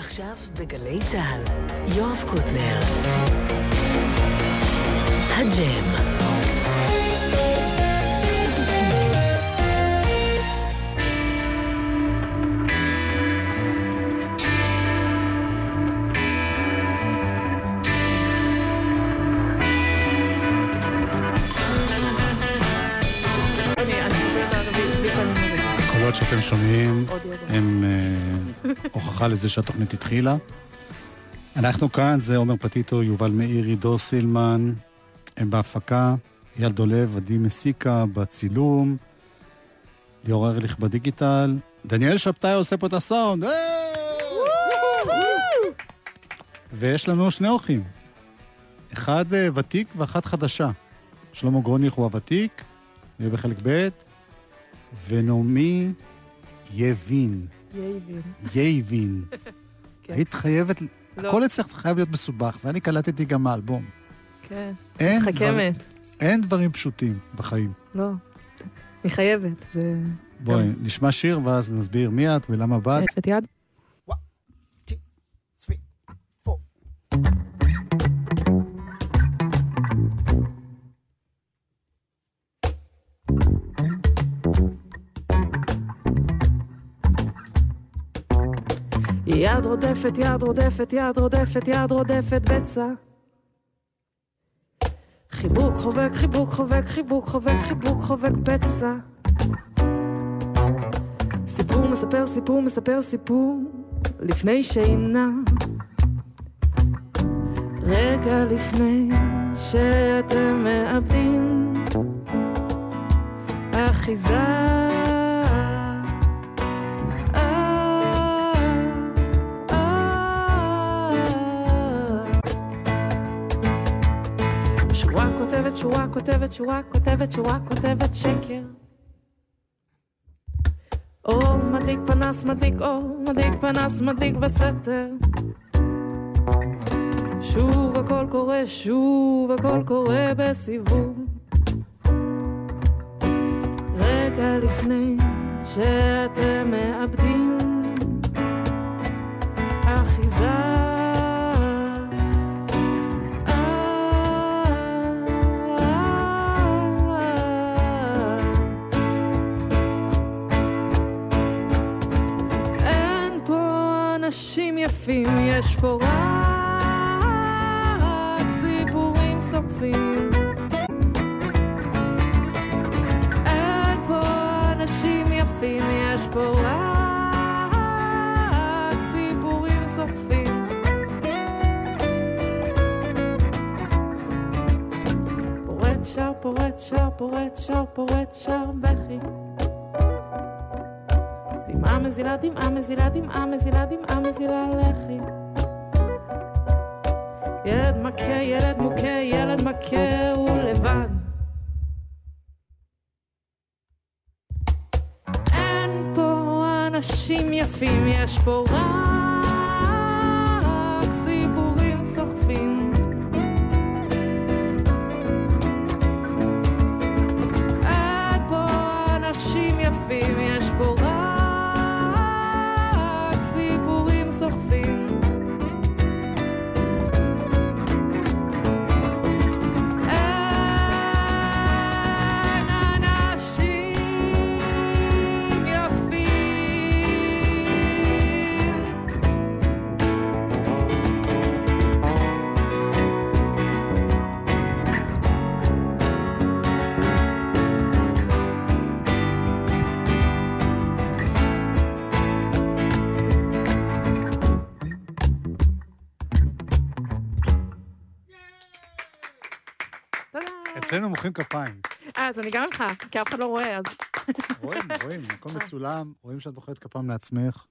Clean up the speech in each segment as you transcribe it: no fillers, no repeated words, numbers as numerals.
עכשיו בגלי צהל, יואב קוטנר. הג'ם. הקולות שאתם שומעים הם הוכחה לזה שהתוכנית התחילה. אנחנו כאן, זה עומר פטיטו, יובל מאירי, דור סילמן, הם בהפקה, אייל דולב, עדי מסיקה בצילום, ליאור ארליך בדיגיטל, דניאל שבתאי עושה פה את הסאונד. ויש לנו שני אורחים, אחד ותיק ואחת חדשה. שלמה גרוניך הוא הוותיק, יהיה בחלק ב', ונעמי יבין. יבין. היית חייבת, הכל אצלך חייב להיות מסובך, זה אני קלטתי גם מהאלבום. כן, חכמת. אין דברים פשוטים בחיים. לא, היא חייבת. בואי, נשמע שיר ואז נסביר מי את ולמה באת. את יד. 1, 2, 3, 4. יד רודפת, יד רודפת, יד רודפת, יד רודפת בצע. חיבוק חובק, חיבוק חובק, חיבוק חובק, חיבוק חובק בצע. סיפור מספר, סיפור מספר, סיפור לפני שינה. רגע לפני שאתם מאבדים אחיזה. שורה כותבת, שורה כותבת, שורה כותבת שקר. אור מדליק פנס, מדליק אור, מדליק פנס, מדליק בסתר. שוב הכל קורה, שוב הכל קורה בסיבוב. רגע לפני שאתם מאבדים אחיזה. אנשים יפים, יש פה רק סיפורים סופים. אין פה אנשים יפים, יש פה רק סיפורים סופים. פורט שר, פורט שר, פורט שר, פורט שר בכי. דמעה מזילה, דמעה מזילה, דמעה מזילה, דמעה מזילה לחי. ילד מכה, ילד מוכה, ילד מכה הוא לבד. אין פה אנשים יפים, יש פה רק סיפורים סוחפים. אין פה אנשים יפים, יש פה רק סוחפים. אין אנשים יפים. אצלנו מוחאים כפיים. אז אני גם לך, כי אף אחד לא רואה, אז... רואים, הכל מצולם, רואים שאת מוחאת כפיים לעצמך.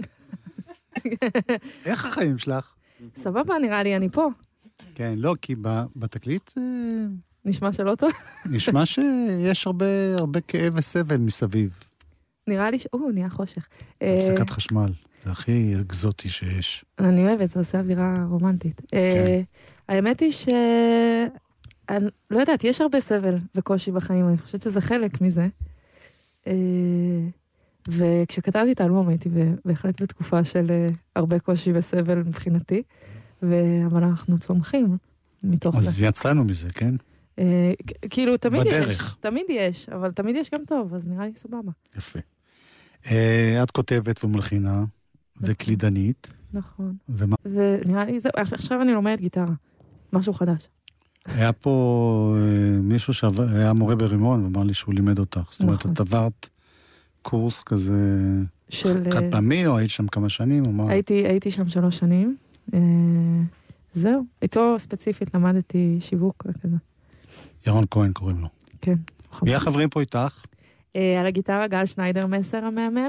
איך החיים שלך? סבבה, נראה לי, אני פה. כן, לא, כי בתקליט... נשמע שלא טוב? נשמע שיש הרבה כאב וסבל מסביב. נראה לי נהיה חושך. הפסקת חשמל, זה הכי אקזוטי שיש. אני אוהבת, זה עושה אווירה רומנטית. האמת היא אני לא יודעת, יש הרבה סבל וקושי בחיים, אני חושבת שזה חלק מזה. וכשכתבתי את האלבום הייתי בהחלט בתקופה של הרבה קושי וסבל מבחינתי, אבל אנחנו צומחים מתוך זה. אז יצאנו מזה, כן? כאילו, תמיד בדרך. יש, תמיד יש, אבל תמיד יש גם טוב, אז נראה לי סבבה. יפה. את כותבת ומלחינה, וקלידנית. נכון. ומה? ונראה לי, עכשיו אני לומדת גיטרה, משהו חדש. היה פה מישהו שהיה מורה ברימון, ואמר לי שהוא לימד אותך. זאת אומרת, את עברת קורס כזה חד פעמי, או היית שם כמה שנים, או מה? הייתי שם 3 שנים. זהו. איתו ספציפית למדתי שיווק וכזה. ירון כהן קוראים לו. כן. מי החברים פה איתך? על הגיטרה גל שניידר מסר המאמן.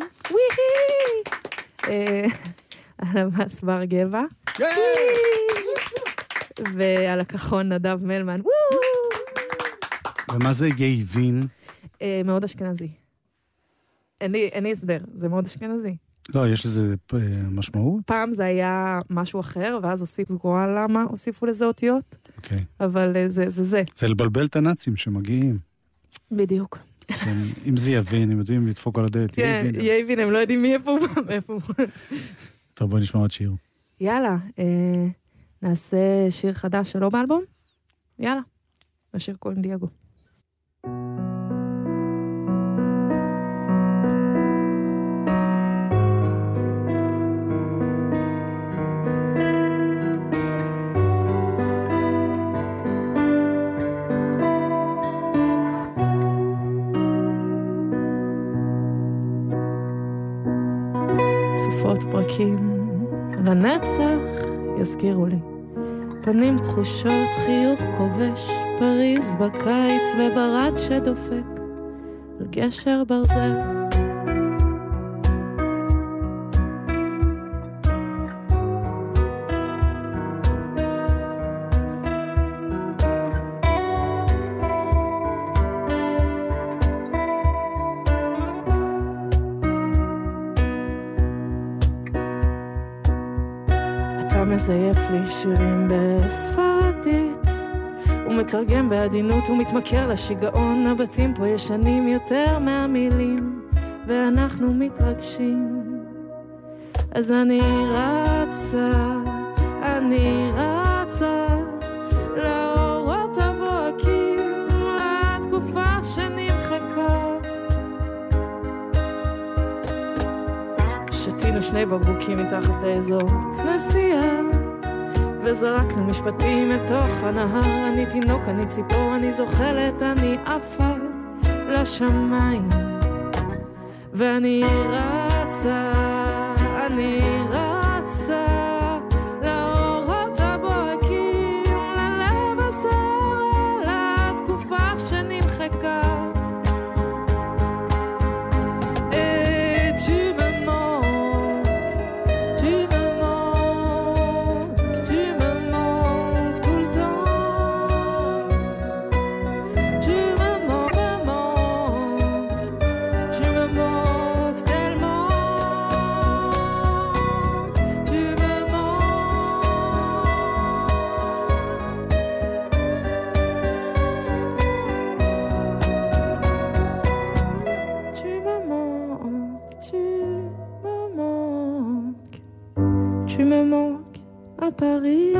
על המס בר גבע. ועל הכחון נדב מלמן. ומה זה יבין? מאוד אשכנזי. אין לי הסבר, זה מאוד אשכנזי. לא, יש לזה משמעות? פעם זה היה משהו אחר, ואז הוסיפו גורל למה הוסיפו לזה אותיות. אוקיי. אבל זה. זה לבלבל את הנאצים שמגיעים. בדיוק. אם זה יבין, הם יודעים לדפוק על הדלת. כן, יבין, הם לא יודעים מי איפה. טוב, בוא נשמע עוד שיר. יאללה, נעשה שיר חדש שלא באלבום? יאללה, השיר קוראים דיאגו. סופות פרקים לנצח יזכירו לי פנים תחושות, חיוך כובש, פריז בקיץ וברד שדופק על גשר ברזל. מזייף לי שירים בספרדית ומתרגם בעדינות ומתמכר לשיגעון. הבתים פה ישנים יותר מהמילים ואנחנו מתרגשים. אז אני רצה לאורות הבוהקים, לתקופה שנמחקה. שתינו 2 בקבוקים מתחת לאזור כנסייה וזרקנו משפטים אל תוך הנהר. אני תינוק, אני ציפור, אני זוחלת, אני עפה לשמיים. ואני רצה לאורות הבוהקים, ללב הסער, לתקופה שנמחקה. פריז.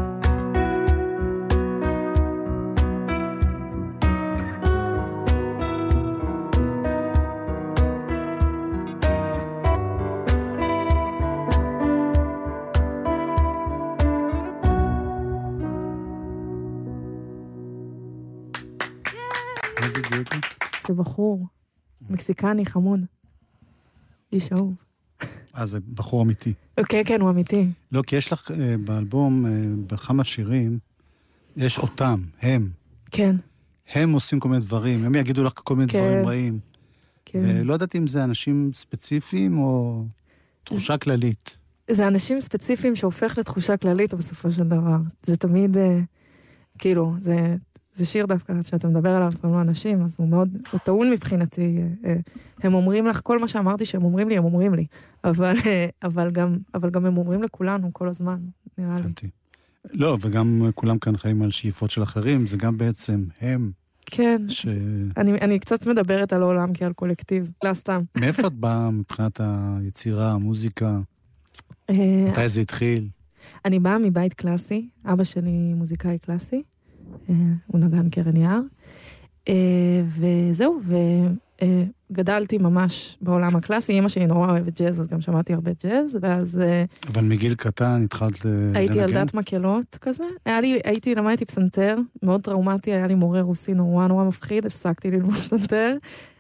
איזה דיוק? זה בחור מקסיקני חמוד. איש אהוב. זה בחור אמיתי. כן, הוא אמיתי. לא, כי יש לך באלבום, בכמה שירים, יש אותם, הם. כן. הם עושים כל מיני דברים, הם יגידו לך כל מיני דברים רעים. כן. ולא יודעת אם זה אנשים ספציפיים או תחושה כללית. זה אנשים ספציפיים שהופך לתחושה כללית בסופו של דבר. זה תמיד, כאילו, זה שיר דווקא שאתה מדבר עליו כל מיני אנשים, אז הוא טעון מבחינתי. הם אומרים לך, כל מה שאמרתי שהם אומרים לי, הם אומרים לי. אבל גם הם אומרים לכולנו כל הזמן, נראה לי. לא, וגם כולם כאן חיים על שאיפות של אחרים, זה גם בעצם הם כן. אני קצת מדברת על העולם כעל קולקטיב, לא סתם. מאיפה את באה מבחינת היצירה, המוזיקה? מתי זה התחיל? אני באה מבית קלאסי, אבא שלי מוזיקאי קלאסי, הוא נגן קרן יער, וזהו, וגדלתי ממש בעולם הקלאסי, אמא שלי נורא אוהבת ג'אז, אז גם שמעתי הרבה ג'אז, ואז... אבל מגיל קטן התחלת לנגן? הייתי ילדת מקהלות כזה, למדתי פסנתר, מאוד טראומטי, היה לי מורה רוסי נורא מפחיד, הפסקתי ללמוד פסנתר,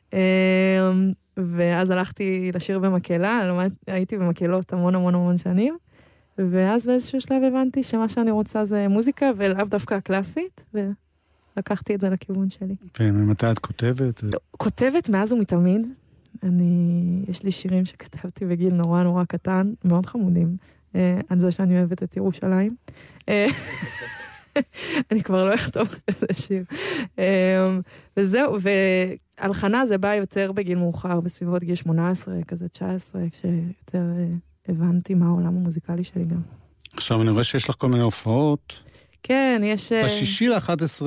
ואז הלכתי לשיר במקהלה, הייתי במקהלות המון שנים, ואז באיזשהו שלב הבנתי שמה שאני רוצה זה מוזיקה, ולאו דווקא הקלאסית, ולקחתי את זה לכיוון שלי. וממתי את כותבת? כותבת מאז ומתמיד. יש לי שירים שכתבתי בגיל נורא קטן, מאוד חמודים, על זה שאני אוהבת את ירושלים. אני כבר לא אכתוב איזה שיר. וזהו, והלחנה זה בא יותר בגיל מאוחר, בסביבות גיל 18, כזה 19, כשיותר הבנתי מה העולם המוזיקלי שלי גם. עכשיו אני רואה שיש לך כל מיני הופעות. כן, יש... ב6/11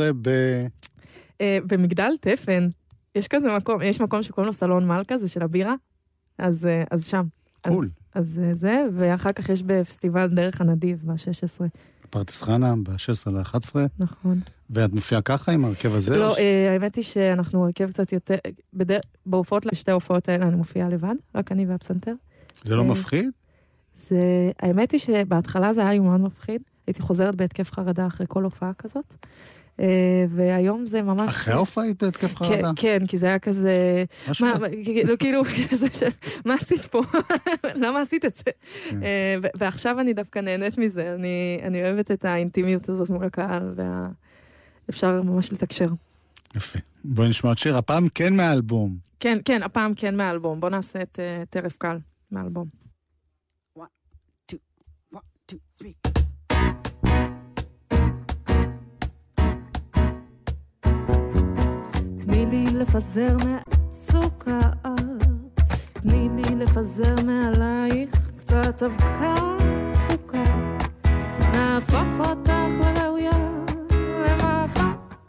במגדל תפן. יש כזה מקום, יש מקום שקוראים לו סלון מלכה, זה של הבירה, אז שם. קול. אז זה, ואחר כך יש בפסטיבל דרך הנדיב, ב16. פרדס חנה, ב16/11. נכון. ואת מופיעה ככה עם הרכב הזה? לא, האמת היא שאנחנו הרכב קצת יותר, בהופעות, לשתי ההופעות האלה אני מופיעה לבד, רק אני והפסנתר. זה לא מפחיד? האמת היא שבהתחלה זה היה לי מאוד מפחיד, הייתי חוזרת בהתקף חרדה אחרי כל הופעה כזאת, והיום זה ממש... אחרי ההופעה היית בהתקף חרדה? כן, כי זה היה כזה... כאילו, מה עשית פה? למה עשית את זה? ועכשיו אני דווקא נהנית מזה, אני אוהבת את האינטימיות הזאת מול הקהל, ואפשר ממש לתקשר. יפה. בואי נשמע את שיר, הפעם כן מהאלבום. כן, הפעם כן מהאלבום. בוא נעשה את טרף קל מהאלבום. 1, 2, 3. תני לי לפזר מהסוכר, תני לי לפזר מעלייך קצת אבקה סוכר, נהפוך אותך לראויה למאכל.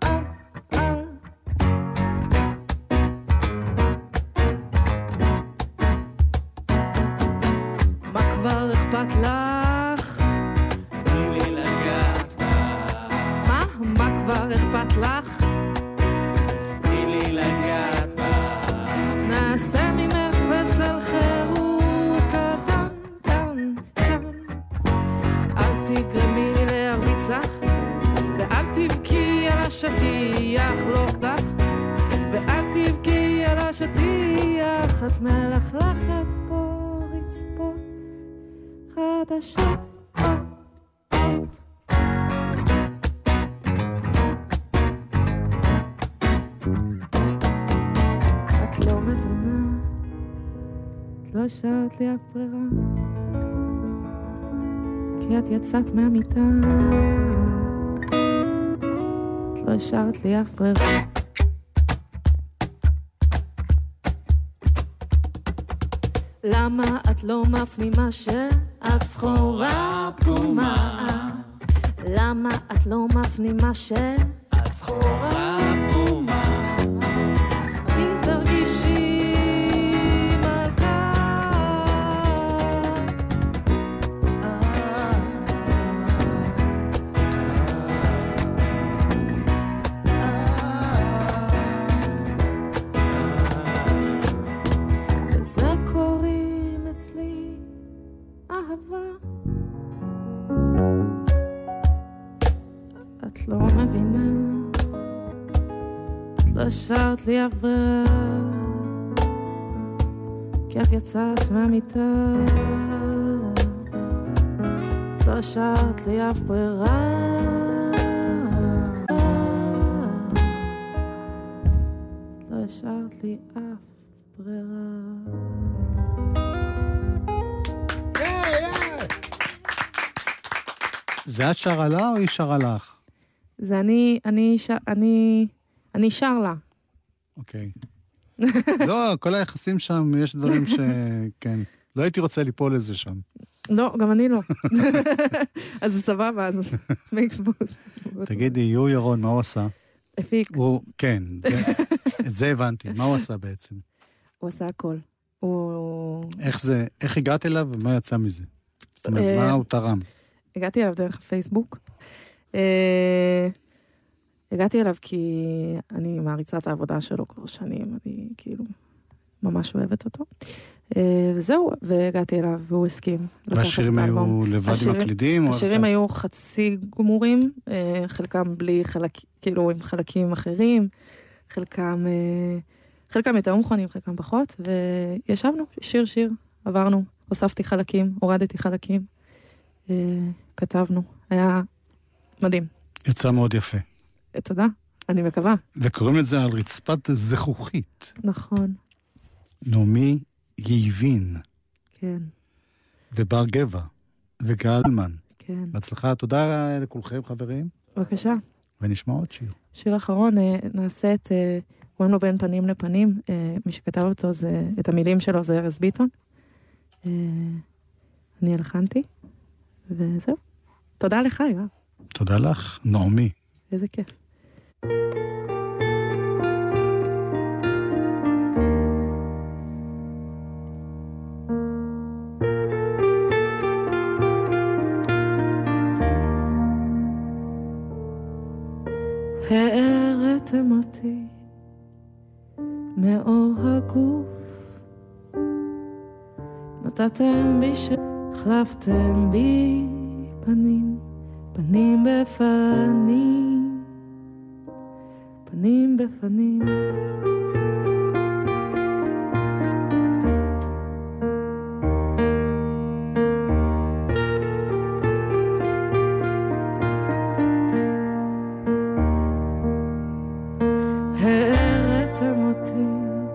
מה כבר אכפת לך? תני לי לגעת בה. מה כבר אכפת לך? נעשה ממך בסל חירות קטן, אל תגרמי לי להרביץ לך, ואל תבכי על השטיח לוקח, ואל תבכי על השטיח, את מלכלכת פה רצפות חדשות. לא השארת לי אף ברירה, כי את יצאת מהמיטה, את לא השארת לי אף ברירה. למה את לא מפנימה שאת סחורה פגומה? למה את לא מפנימה שאת סחורה פגומה? את לא מבינה, את לא השארת לי אף ברירה, כי את יצאת מהמיטה, את לא השארת לי אף ברירה, את לא השארת לי אף ברירה. זה את שרה לה או היא שרה לך? זה אני שר לה. אוקיי. לא, כל היחסים שם, יש דברים כן. לא הייתי רוצה ליפול לזה שם. לא, גם אני לא. אז זה סבבה, אז מיקס בוס. תגידי, יו ירון, מה הוא עשה? הפיק. כן, את זה הבנתי. מה הוא עשה בעצם? הוא עשה הכל. הוא... איך הגעת אליו ומה יצא מזה? זאת אומרת, מה הוא תרם? הגעתי אליו דרך הפייסבוק. הגעתי אליו כי אני מעריצה את העבודה שלו כבר שנים, אני כאילו ממש אוהבת אותו. וזהו, והגעתי אליו והוא הסכים. והשירים היו לבד עם הקלידים? השירים היו חצי גמורים, חלקם בלי כאילו עם חלקים אחרים, חלקם יותר מוכנים, חלקם פחות, וישבנו, שיר, עברנו, הוספתי חלקים, הורדתי חלקים, כתבנו, היה מדהים. יצא מאוד יפה. תודה, אני מקווה. וקוראים את זה על רצפת זכוכית. נכון. נעמי יבין. כן. ובר גבע. וגלמן. כן. בהצלחה, תודה לכולכם חברים. בבקשה. ונשמע עוד שיר. שיר אחרון, נעשה את, קוראים לו בין פנים לפנים, מי שכתב אותו, את המילים שלו זה ארז ביטון. אני הלחנתי, וזהו. תודה לך, יואב. תודה לך, נעמי. איזה כיף. הערתם אותי מאור הגוף, נתתם בי החלפתם בי פנים, פנים בפנים, פנים בפנים. הערתם אותי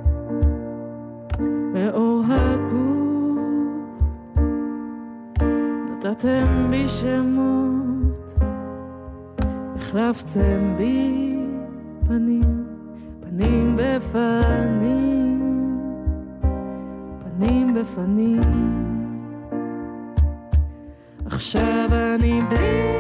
מאור הגוף, נתתם בי שמות, החלפתם בי פנים, פנים בפנים, פנים בפנים. עכשיו אני בלי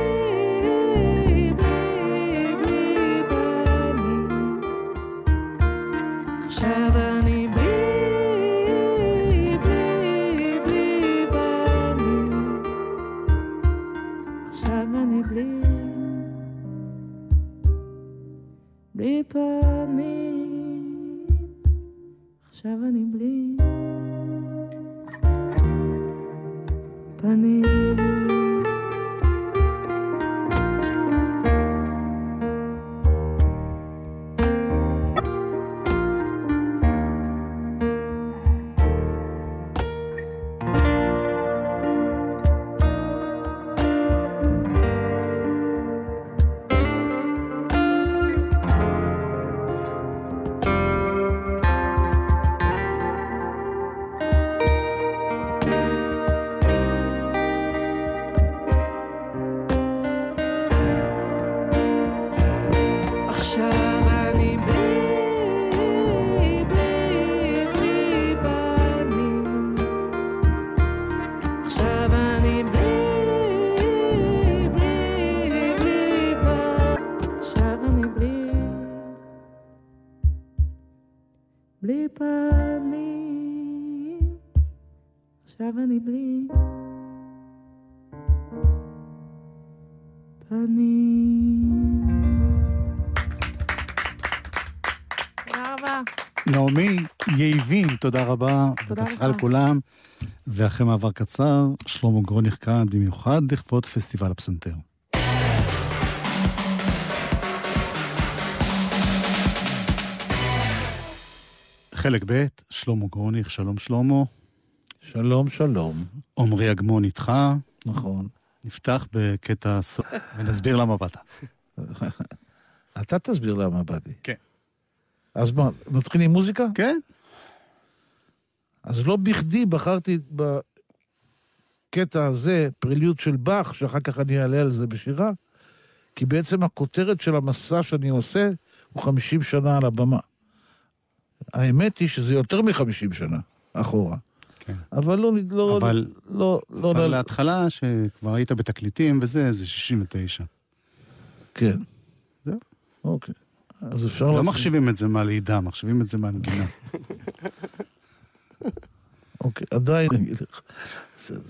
בלי פנים, עכשיו אני בלי פנים. בלי פנים, עכשיו אני בלי פנים. תודה רבה. נעמי יבין, תודה רבה. תודה ובהצלחה לך. לכולם. ואחרי מעבר קצר, שלמה גרוניך כאן במיוחד לכבוד פסטיבל הפסנתר. חלק ב', שלמה גרוניך, שלום שלמה. שלום, שלום. עומרי אגמון איתך. נכון. נפתח בקטע סוף, ונסביר למה באת. אתה תסביר למה באתי. כן. אז מה, נתחיל עם מוזיקה? כן. אז לא בכדי בחרתי בקטע הזה פריליוד של באך, שאחר כך אני אעלה על זה בשירה, כי בעצם הכותרת של המסע שאני עושה הוא 50 שנה על הבמה. האמת היא שזה יותר מ-50 שנה אחורה. כן. אבל אבל להתחלה, שכבר היית בתקליטים וזה, זה 69. כן. זהו. אוקיי. אז אפשר לא לעשות... מחשיבים את זה מהלידה, מחשיבים את זה מהנגינה. אוקיי, עדיין אני אגיד לך. בסדר.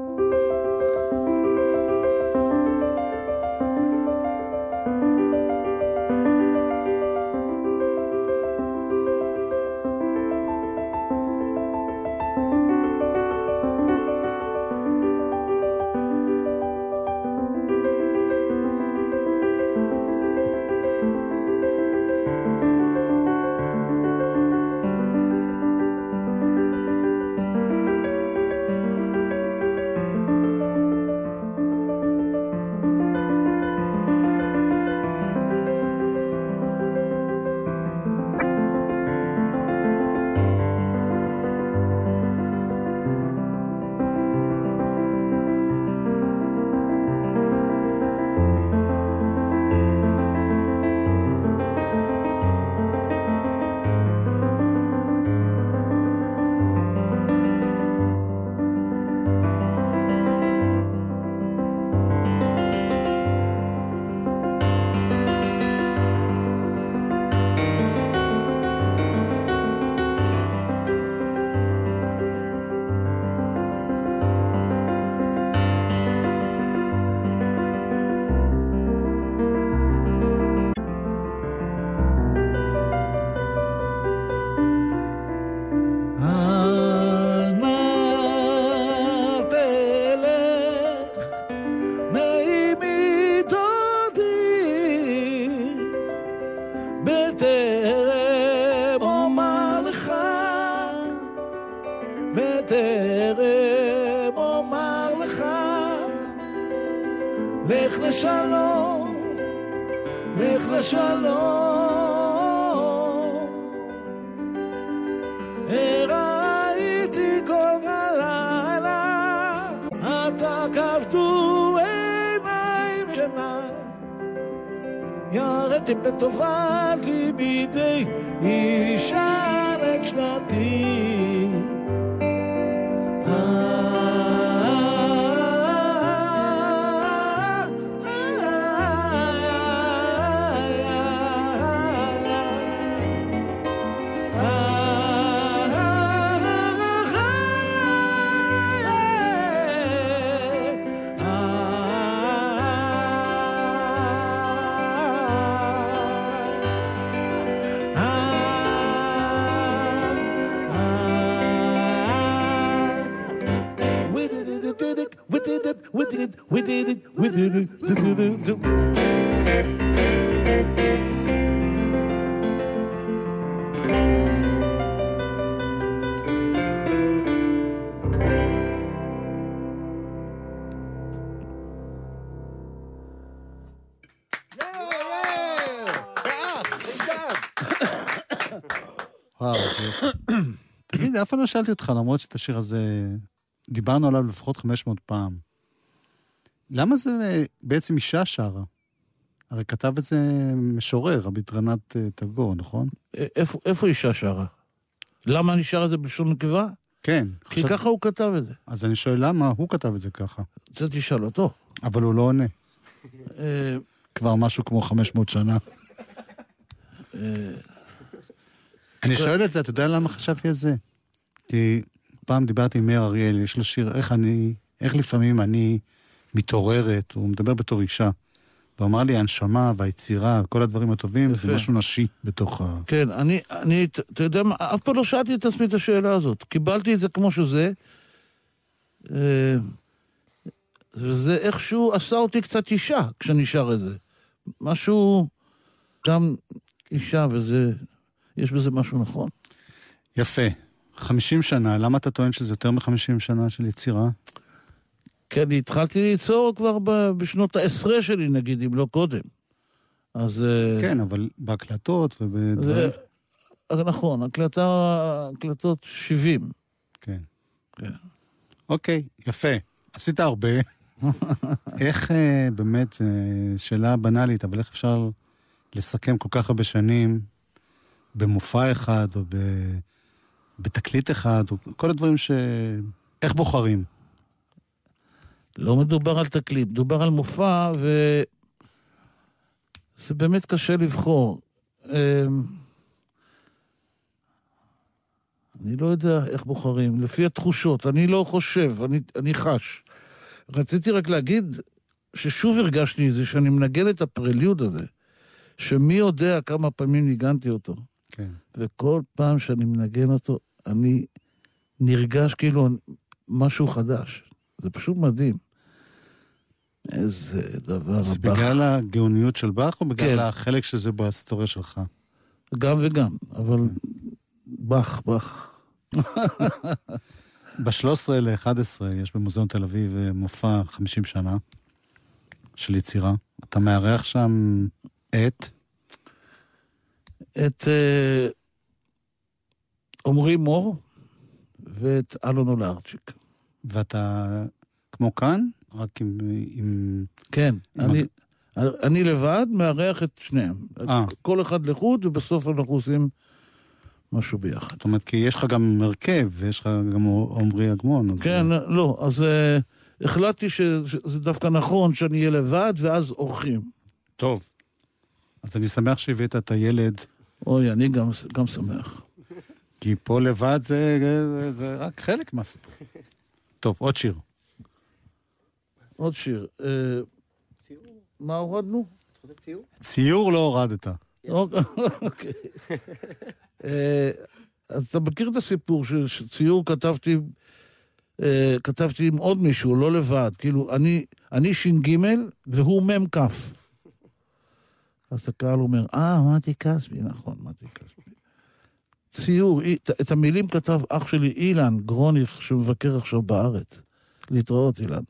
בטרם אומר לך, לך לשלום, לך לשלום. ראיתי כל הלילה, אתה כבדו עיניים שינה, ירדתי בטובת ליבי די ישן את שנתי. We did it. וואו, תגיד, אף פעם לא שאלתי אותך, למרות שאת השיר הזה, דיברנו עליו לפחות 500 פעם. למה זה בעצם אישה שרה? הרי כתב את זה משורר, רבי תרנת תבור, נכון? איפה אישה שרה? למה אני שר את זה בלשון נקבה? כן. כי ככה הוא כתב את זה. אז אני שואל למה הוא כתב את זה ככה. זה תשאל אותו. אבל הוא לא עונה. כבר משהו כמו 500 שנה. אני שואל את זה, אתה יודע למה חשבתי על זה? כי פעם דיברתי עם מאיר אריאל, יש לו שיר, איך לפעמים אני מתעוררת, הוא מדבר בתור אישה. הוא אמר לי, הנשמה והיצירה, כל הדברים הטובים, זה משהו נשי בתוך ה... כן, אתה יודע מה, אף פעם לא שאלתי את עצמי את השאלה הזאת. קיבלתי את זה כמו שזה, וזה איכשהו עשה אותי קצת אישה, כשאני שר את זה. משהו, גם אישה, יש בזה משהו נכון. יפה. 50 שנה, למה אתה טוען שזה יותר מ-50 שנה של יצירה? כן, התחלתי ליצור כבר בשנות ה-10 שלי, נגיד, אם לא קודם. אז... כן, אבל בהקלטות ובדברים... נכון, הקלטות 70. כן. כן. אוקיי, יפה. עשית הרבה. איך באמת, שאלה בנאלית, אבל איך אפשר לסכם כל כך הרבה שנים במופע אחד, או בתקליט אחד, או כל הדברים איך בוחרים? לא מדובר על תקליט, מדובר על מופע, וזה באמת קשה לבחור. אני לא יודע איך בוחרים, לפי התחושות, אני לא חושב, אני חש. רציתי רק להגיד ששוב הרגשתי את זה, שאני מנגן את הפרליוד הזה, שמי יודע כמה פעמים ניגנתי אותו. כן. וכל פעם שאני מנגן אותו, אני נרגש כאילו משהו חדש. זה פשוט מדהים. איזה דבר. זה בגלל הגאוניות של באך, או בגלל כן. החלק שזה בהיסטוריה שלך? גם וגם, אבל באך. ב-13 ל-11 יש במוזיאון תל אביב מופע 50 שנה של יצירה. אתה מארח שם את עומרי מור ואת אלון אולרצ'יק. ואתה כמו כאן, רק עם... כן, אני לבד מארח את שניהם. כל אחד לחוד, ובסוף אנחנו עושים משהו ביחד. זאת אומרת, כי יש לך גם הרכב, ויש לך גם עומרי אגמון. כן, לא, אז החלטתי שזה דווקא נכון שאני אהיה לבד, ואז אורחים. טוב. אז אני שמח שהבאת את הילד. אוי, אני גם שמח. כי פה לבד זה רק חלק מהסיפור. טוב, עוד שיר. עוד שיר. מה הורדנו? ציור לא הורדת. אוקיי. אז אתה מכיר את הסיפור שציור כתבתי עם עוד מישהו, לא לבד. כאילו, אני ש"ג והוא מ"ם כף. אז הקהל אומר, מתי כספי, נכון, מתי כספי. ציור, את המילים כתב אח שלי אילן גרוניך, שמבקר עכשיו בארץ. להתראות, אילן.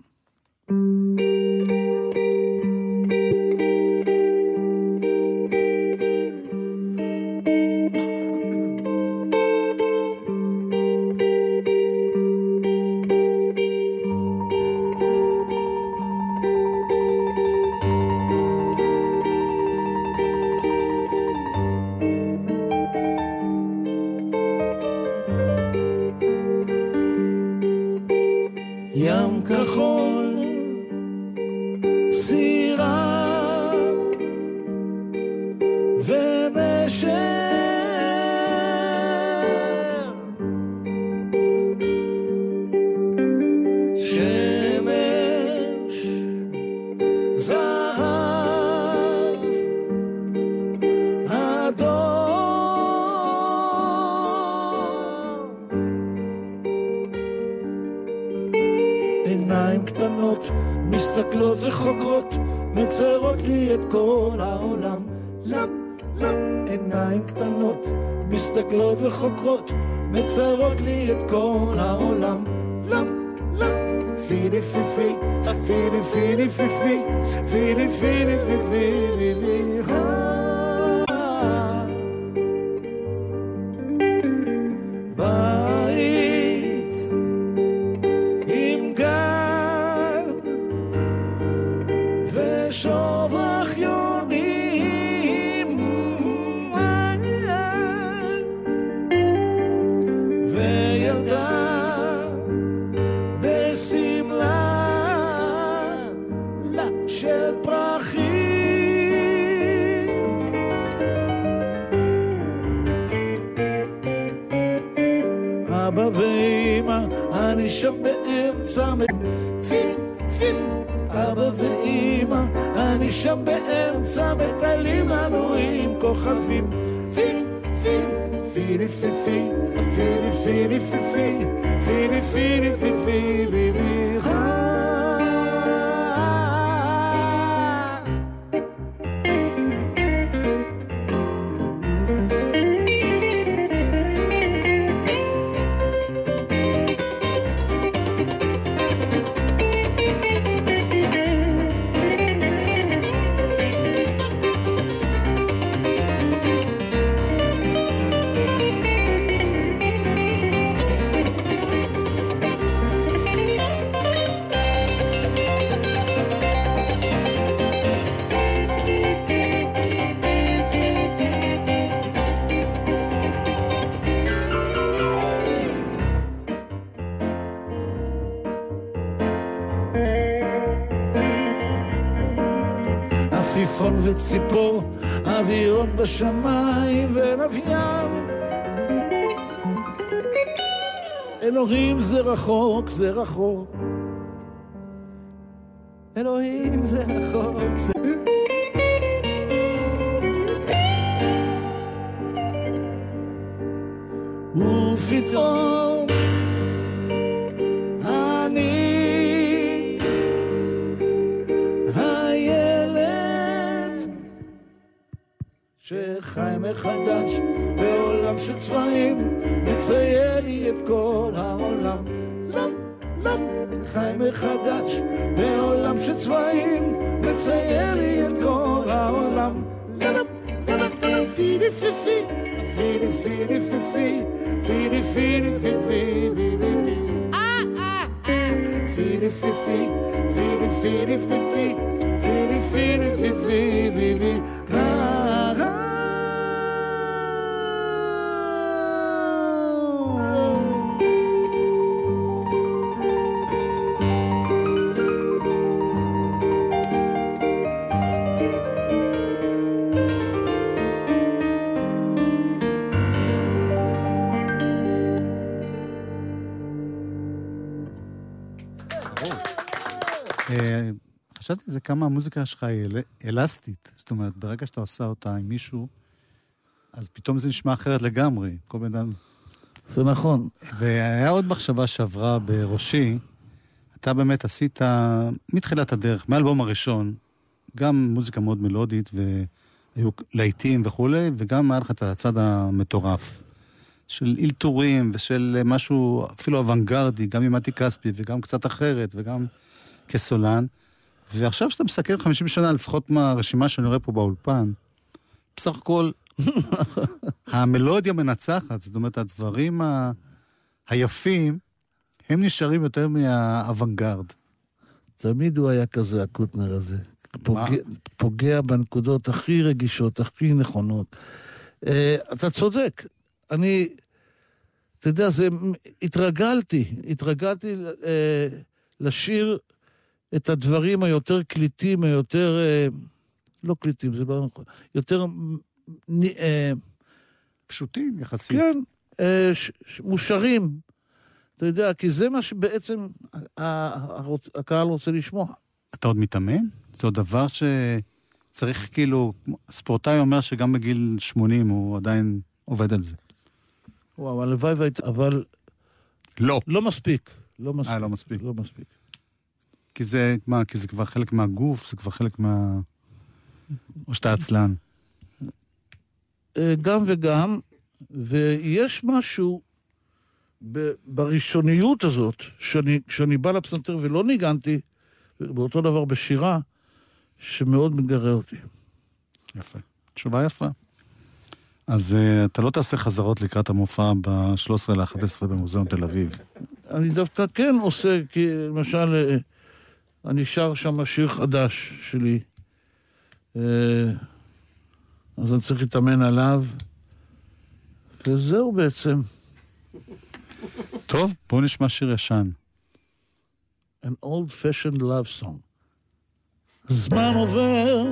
ים כחול, סירה ונשר, שמש, זהב, אדום, עיניים קטנות מסתכלות וחוקרות, מציירות לי את כל העולם. לפ, לפ, עיניים קטנות מסתכלות וחוקרות, מציירות לי את כל העולם. לפ, לפ, פילי פיפי, פילי פילי פיפי, פילי פילי פיפי, פילי. בית עם גן ושובך יונים, וילדה בשמלה של פרחים. אבא ואמא, אני שם באמצע פיל, פיל. אבא ואמא, אני שם באמצע, מטיילים לנו עם כוכבים. פיל, פיל, פילי פיפי, פילי פילי פיפי, פילי פילי פיפי, פילי. עפיפון וציפור, אווירון בשמיים ולוויין. אלוהים זה רחוק, זה רחוק. אלוהים זה רחוק, זה... ופתאום אני הילד שחי מחדש בעולם של צבעים, מצייר לי את כל העולם. חי מחדש בעולם של צבעים, מצייר לי את כל העולם. פילי פיפי, פילי פילי פיפי, פילי פילי פיפי, פילי פיפי, פילי פילי פיפי, פילי פילי פיפי, חשבתי על זה כמה המוזיקה שלך היא אלסטית. זאת אומרת, ברגע שאתה עושה אותה עם מישהו, אז פתאום זה נשמע אחרת לגמרי. כל בן אדם... זה נכון. והיה עוד מחשבה שעברה בראשי, אתה באמת עשית, מתחילת הדרך, מהאלבום הראשון, גם מוזיקה מאוד מלודית, והיו להיטים וכו', וגם היה לך את הצד המטורף, של אילתורים ושל משהו אפילו אוונגרדי, גם עם מתי כספי, וגם קצת אחרת, וגם כסולן. ועכשיו שאתה מסתכל 50 שנה, לפחות מהרשימה שאני רואה פה באולפן, בסך הכל, המלודיה מנצחת, זאת אומרת, הדברים היפים, הם נשארים יותר מהאוונגרד. תמיד הוא היה כזה, הקוטנר הזה. פוגע בנקודות הכי רגישות, הכי נכונות. אתה צודק. אתה יודע, התרגלתי לשיר את הדברים היותר קליטים, היותר, לא קליטים, זה לא נכון, יותר פשוטים יחסית. כן, מושרים. אתה יודע, כי זה מה שבעצם הקהל רוצה לשמוע. אתה עוד מתאמן? זה עוד דבר שצריך כאילו, ספורטאי אומר שגם בגיל 80 הוא עדיין עובד על זה. וואו, הלוואי אבל... לא. לא מספיק. לא מספיק. לא מספיק. כי זה כבר חלק מהגוף, זה כבר חלק או שאתה עצלן. גם וגם, ויש משהו בראשוניות הזאת, שאני בא לפסנתר ולא ניגנתי, באותו דבר בשירה, שמאוד מגרה אותי. יפה. תשובה יפה. אז אתה לא תעשה חזרות לקראת המופע ב-13/11 במוזיאון תל אביב. אני דווקא כן עושה, כי למשל, אני שר שם שיר חדש שלי, אז אני צריך להתאמן עליו, וזהו בעצם. טוב, בואו נשמע שיר ישן. An old-fashioned love song. זמן עובר,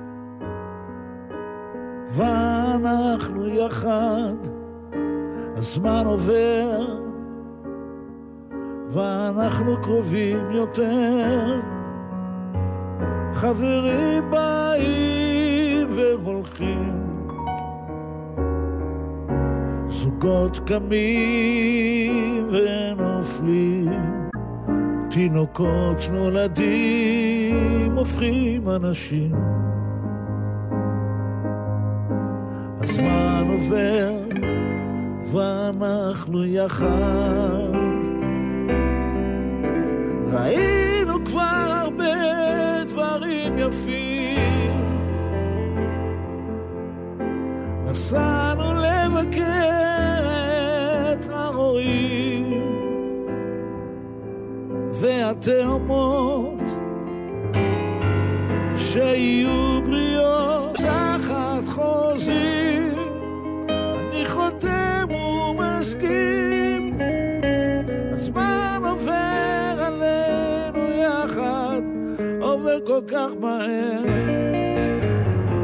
ואנחנו יחד. הזמן עובר, ואנחנו קרובים יותר. חברים באים והולכים, זוגות קמים ונופלים, תינוקות נולדים הופכים אנשים. הזמן עובר ואנחנו יחד. ראינו כבר הרבה דברים יפים, נסענו לבקר את הרועים והתאומות שיהיו בריאות תחת חוזים. אני חותם ומסכים, הזמן עובר עלינו יחד, עובר כל כך מהר.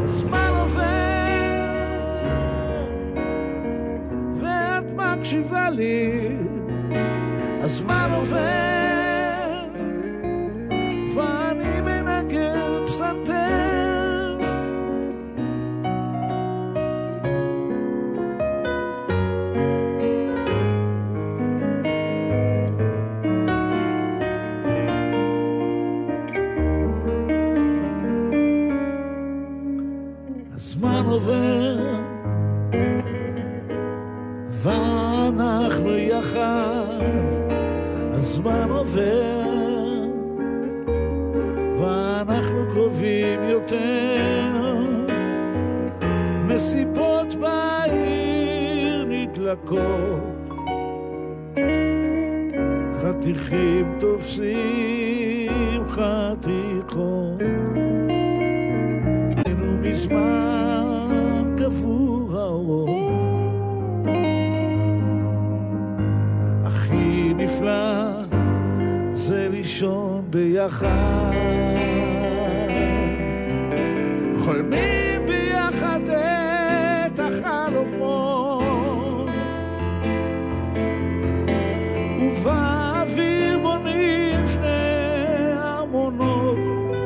הזמן עובר ואת מקשיבה לי, הזמן עובר ואני מנגן פסנתר, הזמן עובר ואנחנו יחד, הזמן עובר ואנחנו קרובים יותר, מסיבות בעיר נדלקות, חתיכים תופסים חתיכות, היינו מזמן קבור האורות, הכי נפלא זה לישון ביחד, חולמים ביחד את החלומות, ובאוויר בונים שני ארמונות,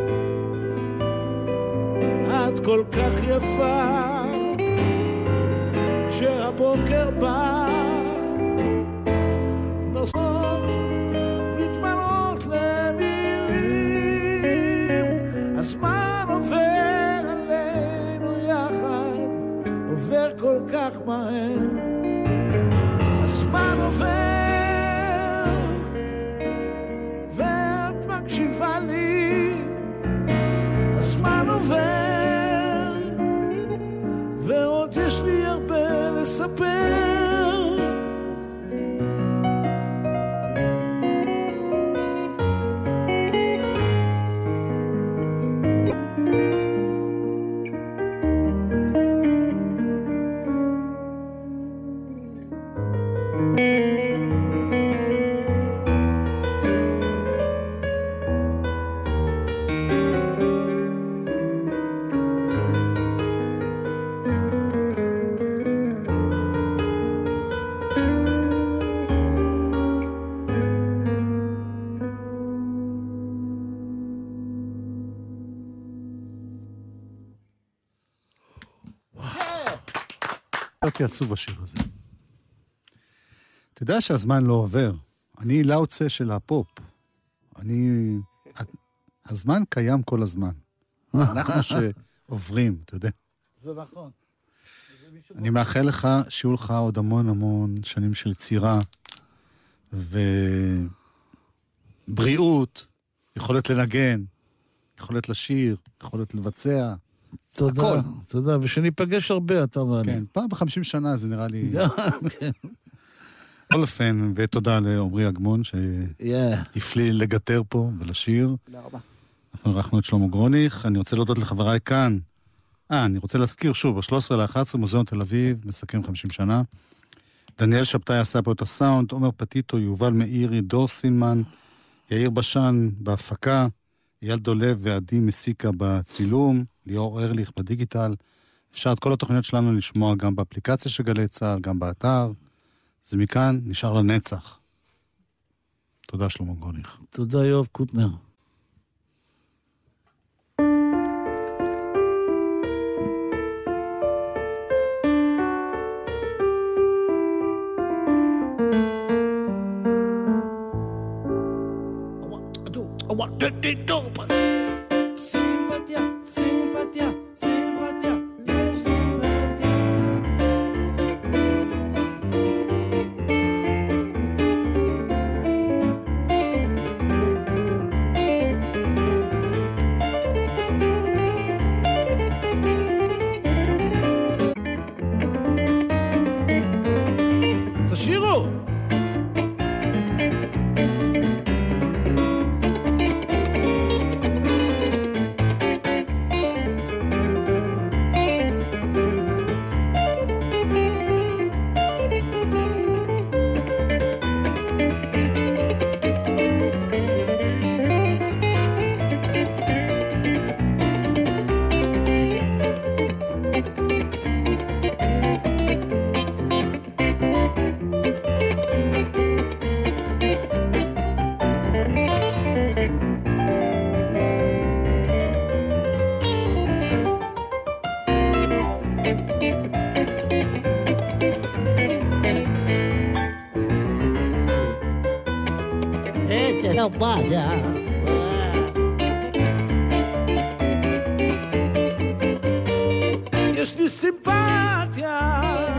את כל כך יפה כשהבוקר בא, נוסעות מתמלאות למילים, הזמן עובר עלינו יחד, עובר כל כך מהר, הזמן עובר ואת מקשיבה לי, הזמן עובר ועוד יש לי הרבה לספר, אותי עצוב בשיר הזה. אתה יודע שהזמן לא עובר. אני לאוצה של הפופ. הזמן קיים כל הזמן. אנחנו שעוברים, אתה יודע. זה נכון. אני מאחל לך שיהיו לך עוד המון המון שנים של יצירה, ובריאות, יכולת לנגן, יכולת לשיר, יכולת לבצע. תודה, הכל. תודה, ושניפגש הרבה, אתה ואני. כן, פעם ב50 שנה זה נראה לי... בכל אופן, ותודה לעומרי אגמון, שהפליא לגטר פה ולשיר. תודה רבה. אנחנו ערכנו את שלמה גרוניך, אני רוצה להודות לחבריי כאן. אני רוצה להזכיר שוב, ב-13/11 מוזיאון תל אביב, מסכם 50 שנה. דניאל שבתאי עשה פה את הסאונד, עומר פטיטו, יובל מאירי, דור סילמן, יאיר בשן בהפקה, אייל דולב ועדי מסיקה בצילום, ליאור ארליך בדיגיטל. אפשר את כל התוכניות שלנו לשמוע גם באפליקציה של גלי צהל, גם באתר. זה מכאן נשאר לנצח. תודה שלמה גרוניך. תודה יואב קוטנר. Simpatia, simpatia, simpatia, יש simpatia. תשירו! סימפתיה. יש לי סימפתיה.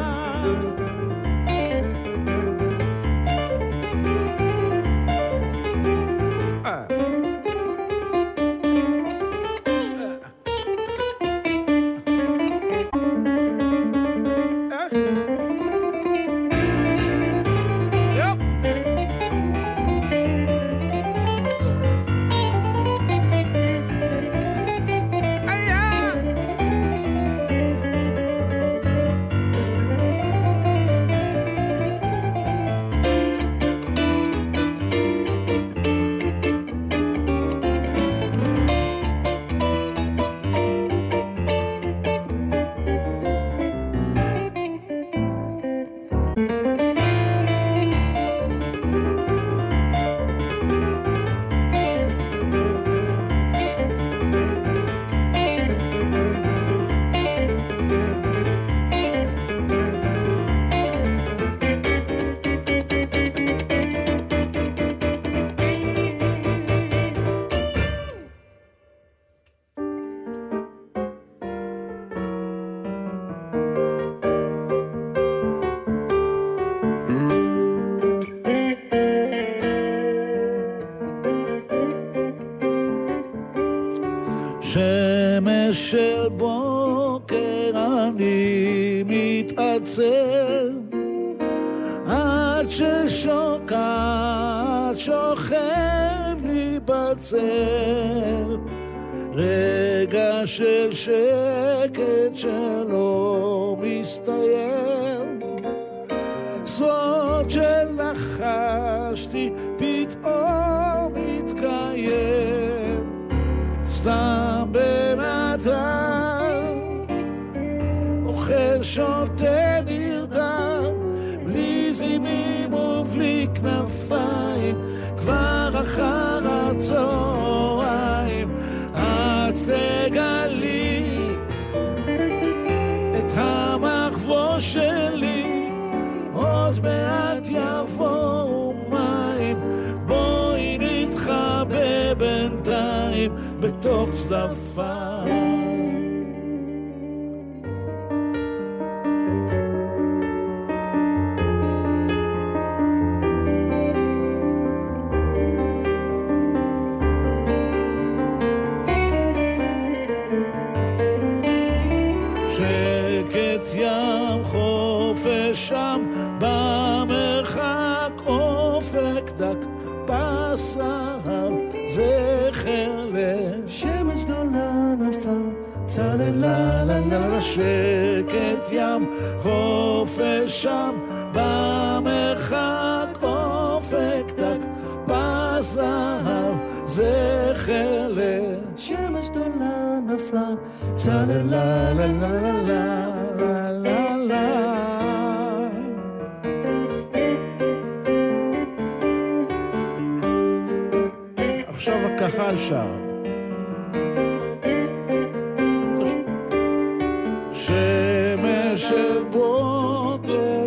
שמש של בוקר אני מתעצל עד ששוקעת שוכב לי בצל רגע של שקט שלא מסתיים סוד שלחשתי פתאום מתקיים סתם בן אדם אוכל שותה נרדם בלי זימים ובלי כנפיים כבר אחר הצהריים את תגלי את המחבור שלי עוד מעט יבואו מים בואי נתחבא בינתיים בתוך צדפיים שקט ים חופש שם במרחק אופק דק בסהר זכר לשמש גדולה נפלה צללה לה לה שקט ים חופש שם במרחק אופק דק בסהר זכר לשמש גדולה נפלה צללה לה לה לה לה לה לה עכשיו הקהל שר שמש של בוקר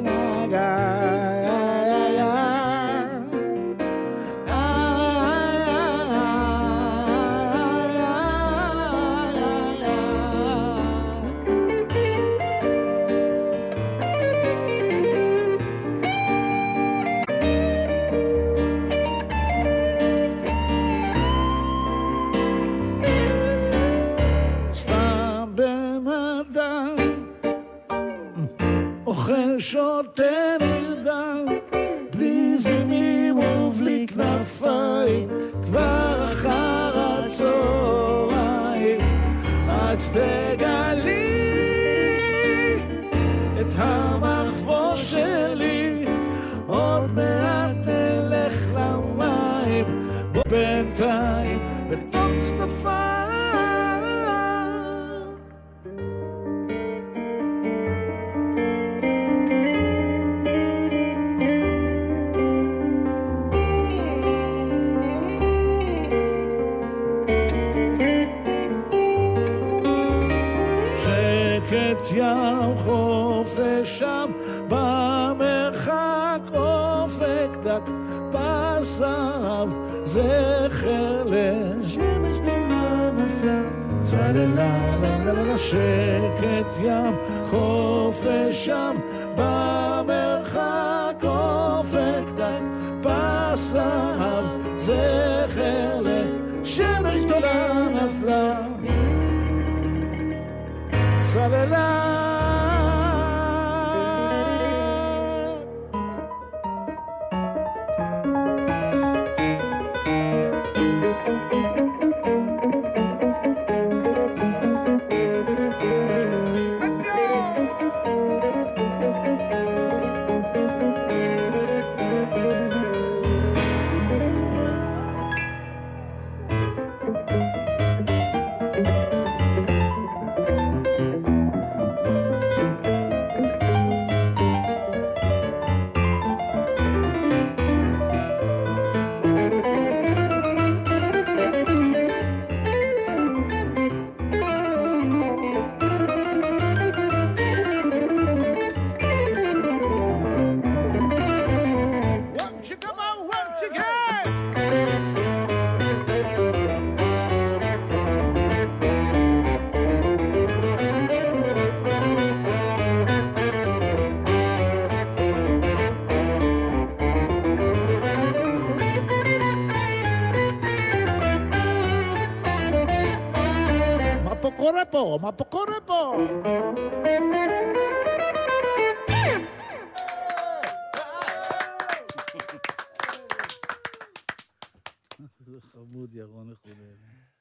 שותה נרדם בלי זימים ובלי כנפיים כבר אחר הצהריים את תגלי את המחבור שלי עוד מעט נלך למים בינתיים בתוך צדפיים ים חופש שם במרחק אופק דק בסהר זכר לשמש גדולה נפלה, צללה לללה שקט ים, חופש שם במרחק אופק דק, פס זהב זכר לשמש גדולה נפלה, צללה. מה פה קורה פה? זה חמוד ירון לכולם.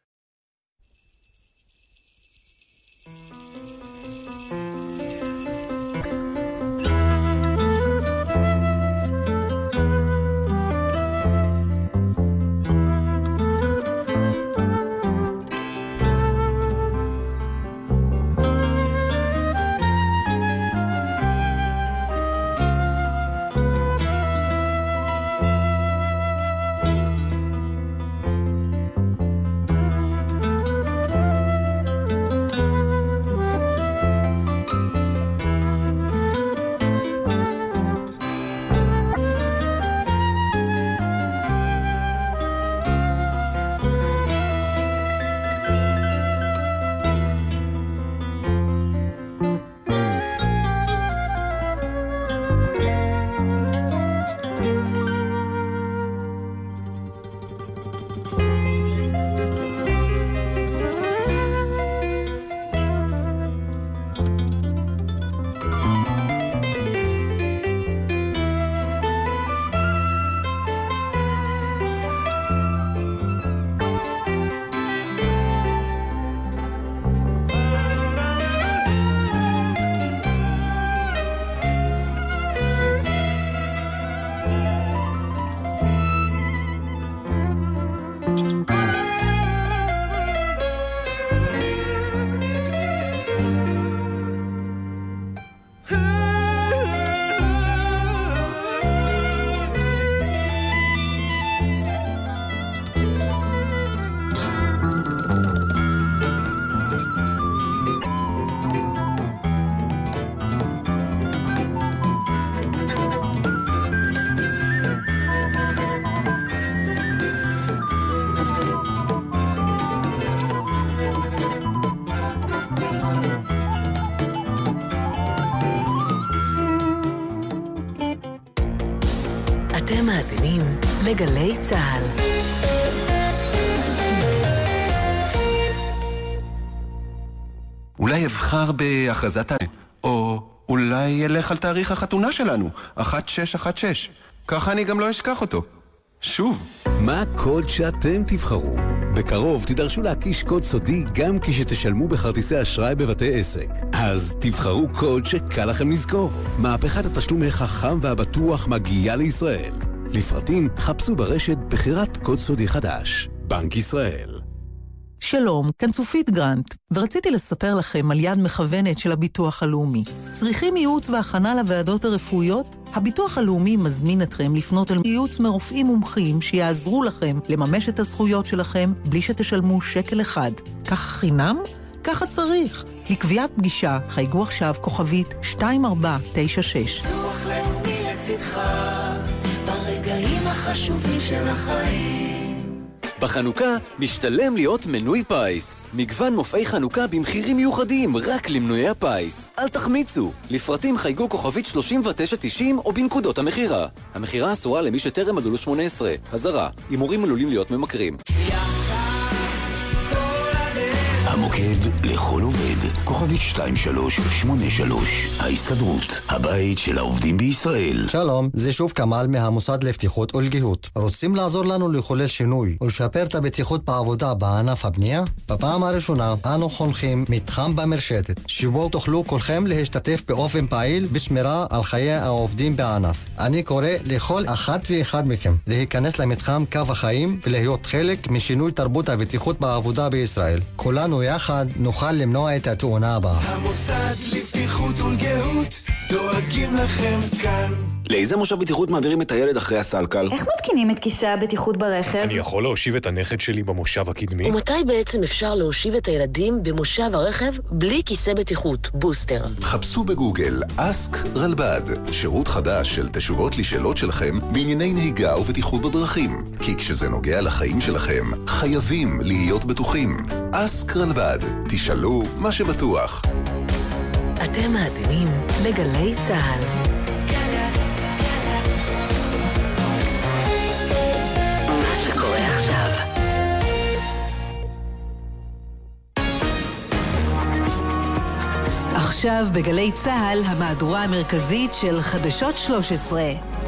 אתם מאזינים לגלי צהל. אולי אבחר בהכרזת או אולי ילך על תאריך החתונה שלנו, 1616. ככה אני גם לא אשכח אותו. שוב. מה הקוד שאתם תבחרו? בקרוב תדרשו להקיש קוד סודי גם כשתשלמו בכרטיסי אשראי בבתי עסק. אז תבחרו קוד שקל לכם לזכור. מהפכת התשלום החכם והבטוח מגיעה לישראל. לפרטים חפשו ברשת בחירת קוד סודי חדש. בנק ישראל. שלום, כאן צופית גרנט, ורציתי לספר לכם על יד מכוונת של הביטוח הלאומי. צריכים ייעוץ והכנה לוועדות הרפואיות? הביטוח הלאומי מזמין אתכם לפנות אל ייעוץ מרופאים מומחים שיעזרו לכם לממש את הזכויות שלכם בלי שתשלמו שקל אחד. ככה חינם? ככה צריך. לקביעת פגישה, חייגו עכשיו כוכבית 2496. ביטוח לאומי לצדך, ברגעים החשובים של החיים. בחנוכה משתלם להיות מנוי פיס. מגוון מופעי חנוכה במחירים מיוחדים רק למנויי הפיס. אל תחמיצו. לפרטים חייגו כוכבית 3990 או בנקודות המחירה. המחירה אסורה למי שטרם מלאו 18. הזרה, הימורים עלולים להיות ממכרים. המוקד לכל עובד, כוכבית 2383, ההסתדרות, הבית של העובדים בישראל. שלום, זה שוב כמאל מהמוסד לבטיחות ולגיהות. רוצים לעזור לנו לחולל שינוי ולשפר את הבטיחות בעבודה בענף הבנייה? בפעם הראשונה אנו חונכים מתחם במרשתת, שבו תוכלו כולכם להשתתף באופן פעיל בשמירה על חיי העובדים בענף. אני קורא לכל אחת ואחד מכם להיכנס למתחם קו החיים ולהיות חלק משינוי תרבות הבטיחות בעבודה בישראל. כולנו יחד נוכל למנוע את התאונה הבאה. המוסד לבטיחות ולגהות דואגים לכם כאן. לאיזה מושב בטיחות מעבירים את הילד אחרי הסלקל? איך מתקינים את כיסא הבטיחות ברכב? אני יכול להושיב את הנכד שלי במושב הקדמי? ומתי בעצם אפשר להושיב את הילדים במושב הרכב בלי כיסא בטיחות, בוסטר? חפשו בגוגל אסק רלב"ד, שירות חדש של תשובות לשאלות שלכם בענייני נהיגה ובטיחות בדרכים. כי כשזה נוגע לחיים שלכם, חייבים להיות בטוחים. אסק רלב"ד, תשאלו מה שבטוח. אתם מאזינים לגלי צהל. עכשיו בגלי צהל, המהדורה המרכזית של חדשות 13.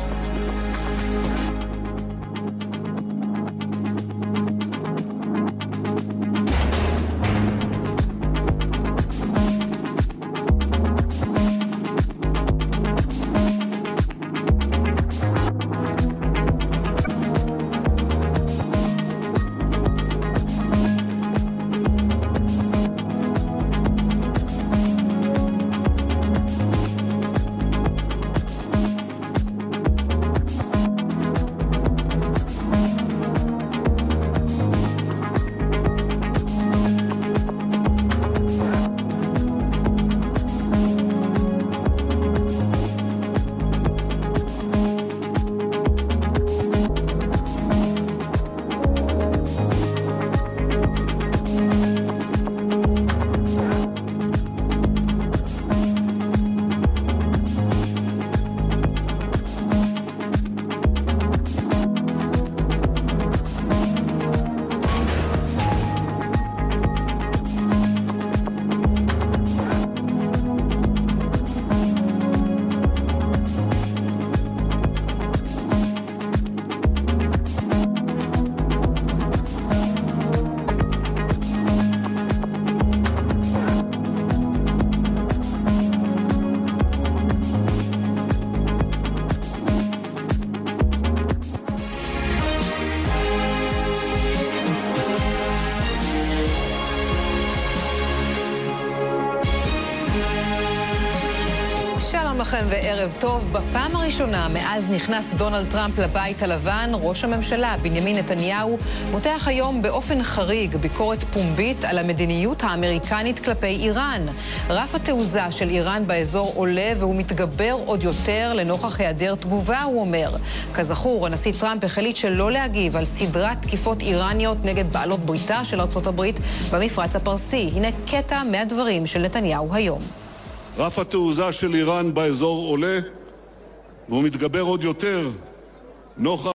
לכם וערב טוב. בפעם הראשונה מאז נכנס דונלד טראמפ לבית הלבן, ראש הממשלה בנימין נתניהו מותח היום באופן חריג ביקורת פומבית על המדיניות האמריקנית כלפי איראן. רף התעוזה של איראן באזור עולה והוא מתגבר עוד יותר לנוכח היעדר תגובה, הוא אומר. כזכור, הנשיא טראמפ החליט שלא להגיב על סדרת תקיפות איראניות נגד בעלות בריתה של ארצות הברית במפרץ הפרסי. הנה קטע מהדברים של נתניהו היום. רף התעוזה של איראן באזור עולה, והוא מתגבר עוד יותר נוכח